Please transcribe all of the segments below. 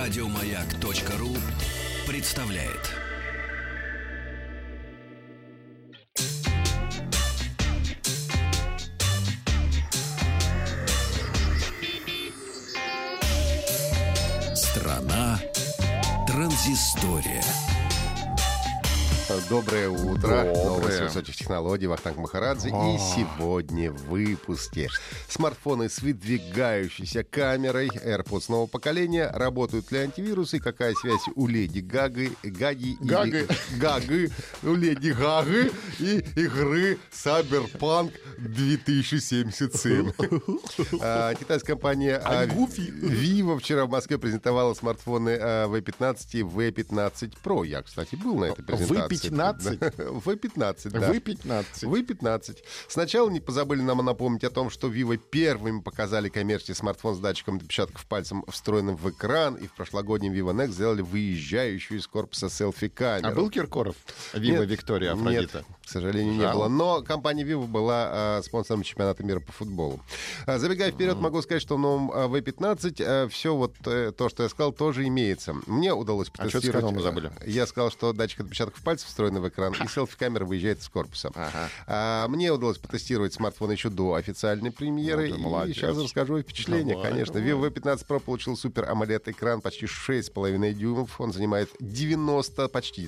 Радиомаяк.ру представляет. Страна транзистория. Доброе утро. Новости высоких технологий. Вахтанг Махарадзе. И сегодня в выпуске. Смартфоны с выдвигающейся камерой AirPods нового поколения. Работают ли антивирусы? Какая связь у Леди Гаги у Леди Гаги и игры Cyberpunk 2077? Китайская компания Vivo вчера в Москве презентовала смартфоны V15 и V15 Pro. Я, кстати, был на этой презентации. V15, да. V15. Сначала не позабыли нам напомнить о том, что Vivo первыми показали коммерческий смартфон с датчиком отпечатков пальцем, встроенным в экран, и в прошлогоднем Vivo Next сделали выезжающую из корпуса селфи-камеру. А был Киркоров? Vivo Виктория Афродита? Нет, к сожалению, не было. Но компания Vivo была спонсором чемпионата мира по футболу. Забегая вперед, могу сказать, что в новом V15 все вот то, что я сказал, тоже имеется. Мне удалось потестировать. А что ты сказал, мы забыли? Я сказал, что датчик отпечатков пальцев встроенный в экран, и селфи-камера выезжает из корпуса. Мне удалось потестировать смартфон еще до официальной премьеры. И сейчас расскажу о впечатлениях, конечно. Vivo V15 Pro получил супер AMOLED-экран почти 6,5 дюймов. Он занимает почти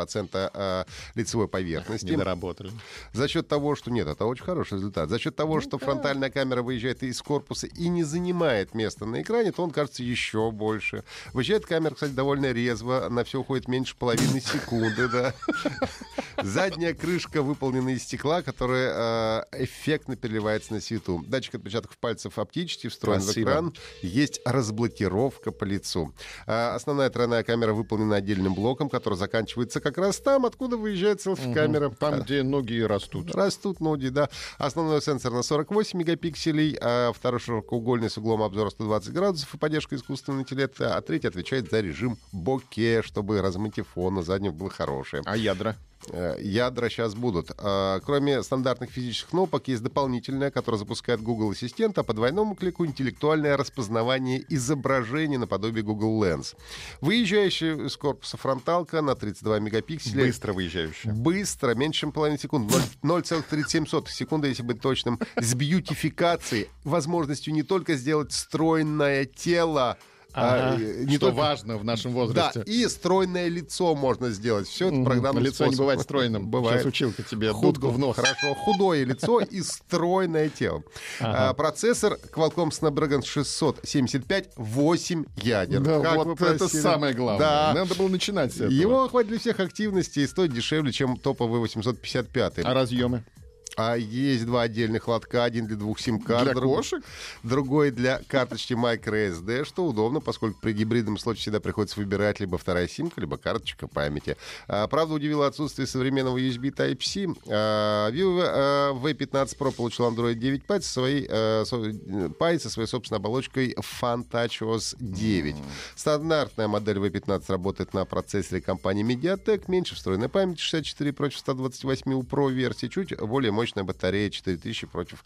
92% лицевой поверхности. Не доработали. За счет того, что... Нет, это очень хороший результат. За счет того, что фронтальная камера выезжает из корпуса и не занимает место на экране, то он кажется еще больше. Выезжает камера, кстати, довольно резво. На все уходит меньше половины секунды, да. Задняя крышка выполнена из стекла, которая эффектно переливается на свету. Датчик отпечатков пальцев оптический, встроен в экран. Есть разблокировка по лицу. Основная тройная камера выполнена отдельным блоком, который заканчивается как раз там, откуда выезжает селфи-камера. Там, где ноги растут. Растут ноги, да. Основной сенсор на 48 мегапикселей, второй широкоугольный с углом обзора 120 градусов и поддержка искусственного интеллекта, а третий отвечает за режим боке, чтобы размытие фона заднего было хорошее. А ядра? Ядра сейчас будут. Кроме стандартных физических кнопок, есть дополнительная, которая запускает Google Ассистент, а по двойному клику интеллектуальное распознавание изображений наподобие Google Lens. Выезжающая из корпуса фронталка на 32 мегапикселя. Быстро выезжающая. Быстро, меньше, чем половина секунды. 0,37 секунды, если быть точным. С бьютификацией, возможностью не только сделать стройное тело, не что важно в нашем возрасте. Да, и стройное лицо можно сделать. Все это программным лицо способом. не бывает стройным. Бывает. Сейчас училка тебе дудку в нос. Хорошо, худое лицо и стройное тело. Процессор Qualcomm Snapdragon 675, 8 ядер. Да, как вот это самое главное. Да. Надо было начинать с этого. Его хватит для всех активностей и стоит дешевле, чем топовый 855. А разъемы? А есть два отдельных лотка, один для двух сим-карт, другой для карточки microSD, что удобно, поскольку при гибридном слоте всегда приходится выбирать либо вторая симка, либо карточка памяти. Правда, удивило отсутствие современного USB Type-C. Vivo V15 Pro получил Android 9 Pie со своей собственной оболочкой FunTouch 9. Стандартная модель V15 работает на процессоре компании MediaTek, меньше встроенной памяти 64 против 128 у Pro версии, чуть более мощная батарея 4000 против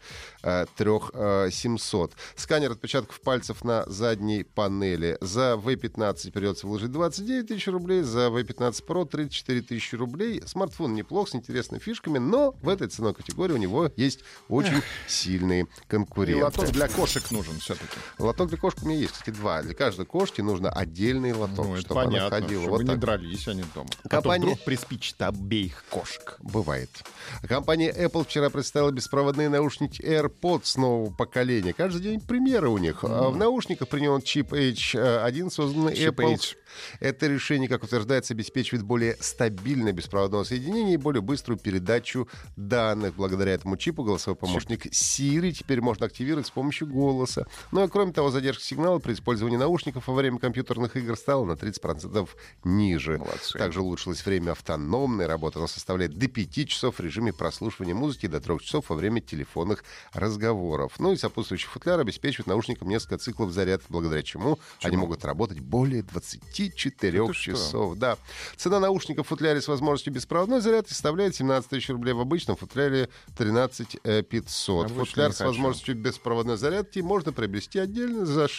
3700. Сканер отпечатков пальцев на задней панели. За V15 придется вложить 29 тысяч рублей, за V15 Pro 34 тысячи рублей. Смартфон неплох, с интересными фишками, но в этой ценовой категории у него есть очень сильные конкуренты. И лоток для кошек нужен все-таки. Лоток для кошек у меня есть, кстати, два. Для каждой кошки нужно отдельный лоток, чтобы понятно, она ходила. Чтобы вот не так. дрались они дома. Компания... А то вдруг приспичит обеих кошек. Бывает. Компания Apple вчера представила беспроводные наушники AirPods нового поколения. Каждый день премьера у них. В наушниках применен чип H1, созданный Apple. H. Это решение, как утверждается, обеспечивает более стабильное беспроводное соединение и более быструю передачу данных. Благодаря этому чипу голосовой помощник Siri теперь можно активировать с помощью голоса. Ну и кроме того, задержка сигнала при использовании наушников во время компьютерных игр стала на 30% ниже. Молодцы. Также улучшилось время автономной работы. Оно составляет до 5 часов в режиме прослушивания музыки музыки до 3 часов во время телефонных разговоров. Ну и сопутствующий футляр обеспечивает наушникам несколько циклов зарядки, благодаря чему они могут работать более 24 часов. Да. Цена наушников в футляре с возможностью беспроводной зарядки составляет 17 тысяч рублей, в обычном футляре 13 500. Футляр с возможностью беспроводной зарядки можно приобрести отдельно за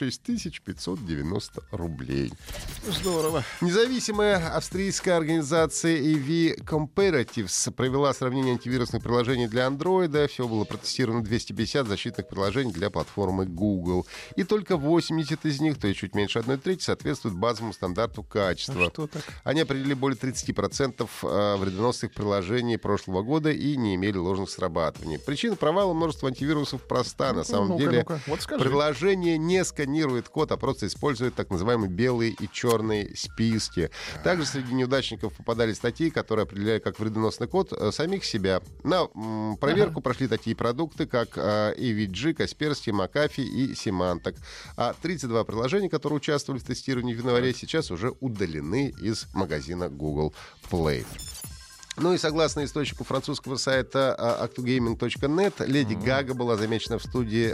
6590 рублей. Здорово. Независимая австрийская организация EV Comparatives провела сравнение антивирусных приложений для Android. Всего было протестировано 250 защитных приложений для платформы Google. И только 80 из них, то есть чуть меньше 1/3, соответствуют базовому стандарту качества. Они определили более 30% вредоносных приложений прошлого года и не имели ложных срабатываний. Причина провала множества антивирусов проста. На самом деле Вот приложение не сканирует код, а просто использует так называемые белые и черные списки. Также среди неудачников попадали статьи, которые определяли как вредоносный код самих себя. На проверку прошли такие продукты, как AVG, Kaspersky, McAfee и Symantec. А 32 приложения, которые участвовали в тестировании в январе, сейчас уже удалены из магазина Google Play. Ну и согласно источнику французского сайта actugaming.net, Леди Гага была замечена в студии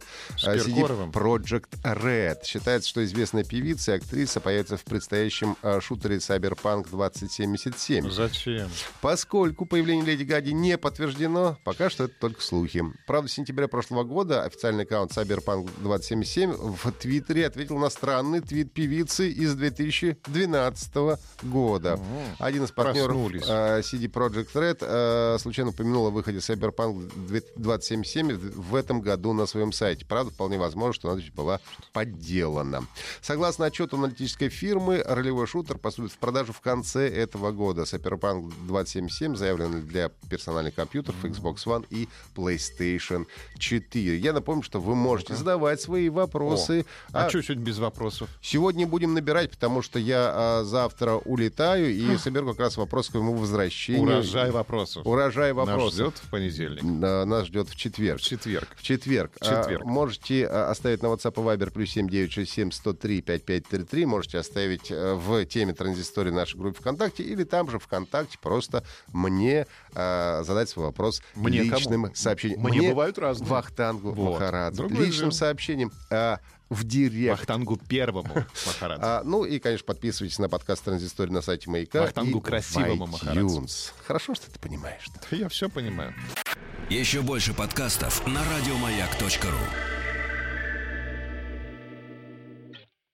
CD Projekt Red. Считается, что известная певица и актриса появится в предстоящем шутере Cyberpunk 2077. Зачем? Поскольку появление Леди Гаги не подтверждено, пока что это только слухи. Правда, в сентябре прошлого года официальный аккаунт Cyberpunk 2077 в Твиттере ответил на странный твит певицы из 2012 года. Один из партнеров CD Projekt Red случайно упомянул о выходе Cyberpunk 2077 в этом году на своем сайте. Правда, вполне возможно, что надпись была подделана. Согласно отчету аналитической фирмы, ролевой шутер поступит в продажу в конце этого года. Cyberpunk 2077 заявлен для персональных компьютеров Xbox One и PlayStation 4. Я напомню, что вы можете задавать свои вопросы. Чуть-чуть без вопросов. Сегодня будем набирать, потому что я завтра улетаю и соберу как раз вопрос к моему возвращению. Урожай вопросов. Урожай вопросов. Нас ждет в понедельник. Нас ждет в четверг. В четверг. Можете оставить на WhatsApp и Viber +7 967 103 5533. Можете оставить в теме транзистории нашей группе ВКонтакте или там же ВКонтакте просто мне задать свой вопрос личным сообщением. Мне бывают разные. Вахтангу Махарадзе. Личным сообщением в директ. Вахтангу первому Махарадзе. Ну и, конечно, подписывайтесь на подкаст «Транзистория» на сайте Маяка. Вахтангу красивому Махарадзе. Хорошо, что ты понимаешь. Я все понимаю. Еще больше подкастов на радиомаяк.ру.